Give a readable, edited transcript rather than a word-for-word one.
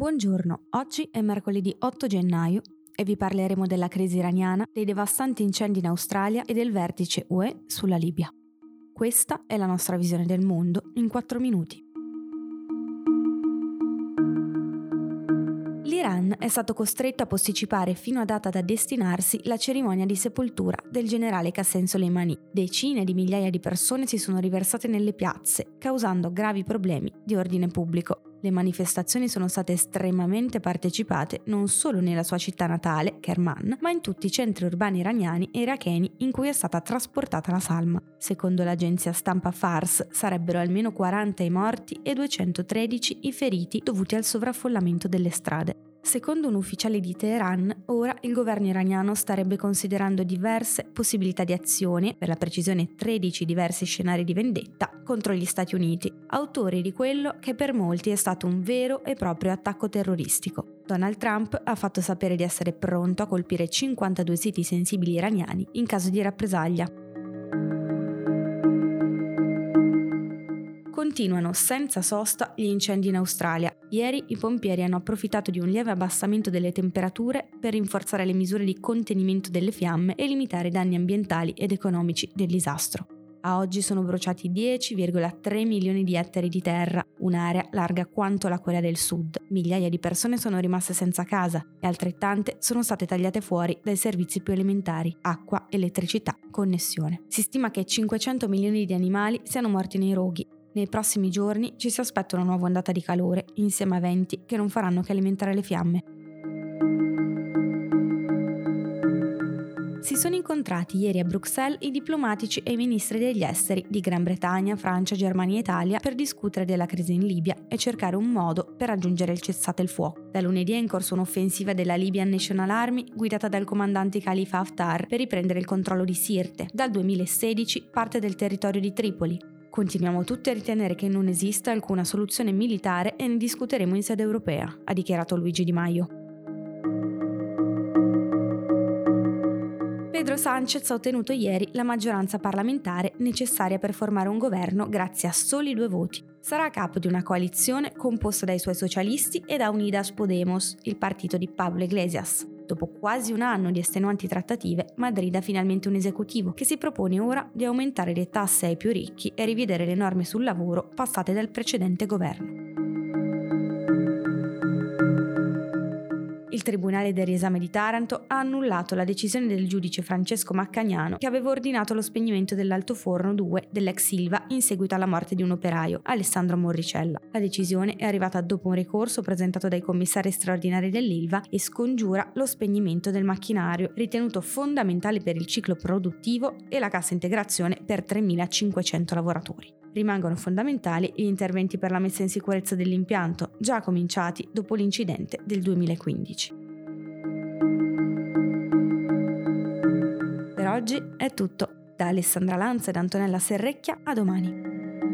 Buongiorno, oggi è mercoledì 8 gennaio e vi parleremo della crisi iraniana, dei devastanti incendi in Australia e del vertice UE sulla Libia. Questa è la nostra visione del mondo in 4 minuti. L'Iran è stato costretto a posticipare fino a data da destinarsi la cerimonia di sepoltura del generale Qasem Soleimani. Decine di migliaia di persone si sono riversate nelle piazze, causando gravi problemi di ordine pubblico. Le manifestazioni sono state estremamente partecipate non solo nella sua città natale, Kerman, ma in tutti i centri urbani iraniani e iracheni in cui è stata trasportata la salma. Secondo l'agenzia stampa Fars, sarebbero almeno 40 i morti e 213 i feriti dovuti al sovraffollamento delle strade. Secondo un ufficiale di Teheran, ora il governo iraniano starebbe considerando diverse possibilità di azione, per la precisione 13 diversi scenari di vendetta, contro gli Stati Uniti, autori di quello che per molti è stato un vero e proprio attacco terroristico. Donald Trump ha fatto sapere di essere pronto a colpire 52 siti sensibili iraniani in caso di rappresaglia. Continuano senza sosta gli incendi in Australia. Ieri i pompieri hanno approfittato di un lieve abbassamento delle temperature per rinforzare le misure di contenimento delle fiamme e limitare i danni ambientali ed economici del disastro. A oggi sono bruciati 10,3 milioni di ettari di terra, un'area larga quanto la Corea del Sud. Migliaia di persone sono rimaste senza casa e altrettante sono state tagliate fuori dai servizi più elementari: acqua, elettricità, connessione. Si stima che 500 milioni di animali siano morti nei roghi. Nei prossimi giorni ci si aspetta una nuova ondata di calore, insieme a venti che non faranno che alimentare le fiamme. Si sono incontrati ieri a Bruxelles i diplomatici e i ministri degli esteri di Gran Bretagna, Francia, Germania e Italia per discutere della crisi in Libia e cercare un modo per raggiungere il cessate il fuoco. Da lunedì è in corso un'offensiva della Libyan National Army guidata dal comandante Khalifa Haftar per riprendere il controllo di Sirte, dal 2016 parte del territorio di Tripoli. Continuiamo tutti a ritenere che non esista alcuna soluzione militare e ne discuteremo in sede europea, ha dichiarato Luigi Di Maio. Pedro Sánchez ha ottenuto ieri la maggioranza parlamentare necessaria per formare un governo grazie a soli 2 voti. Sarà a capo di una coalizione composta dai suoi socialisti e da Unidas Podemos, il partito di Pablo Iglesias. Dopo quasi un anno di estenuanti trattative, Madrid ha finalmente un esecutivo che si propone ora di aumentare le tasse ai più ricchi e rivedere le norme sul lavoro passate dal precedente governo. Il Tribunale del Riesame di Taranto ha annullato la decisione del giudice Francesco Maccagnano che aveva ordinato lo spegnimento dell'altoforno 2 dell'ex Ilva in seguito alla morte di un operaio, Alessandro Morricella. La decisione è arrivata dopo un ricorso presentato dai commissari straordinari dell'Ilva e scongiura lo spegnimento del macchinario, ritenuto fondamentale per il ciclo produttivo e la cassa integrazione per 3.500 lavoratori. Rimangono fondamentali gli interventi per la messa in sicurezza dell'impianto, già cominciati dopo l'incidente del 2015. Per oggi è tutto. Da Alessandra Lanza ed Antonella Serrecchia, a domani.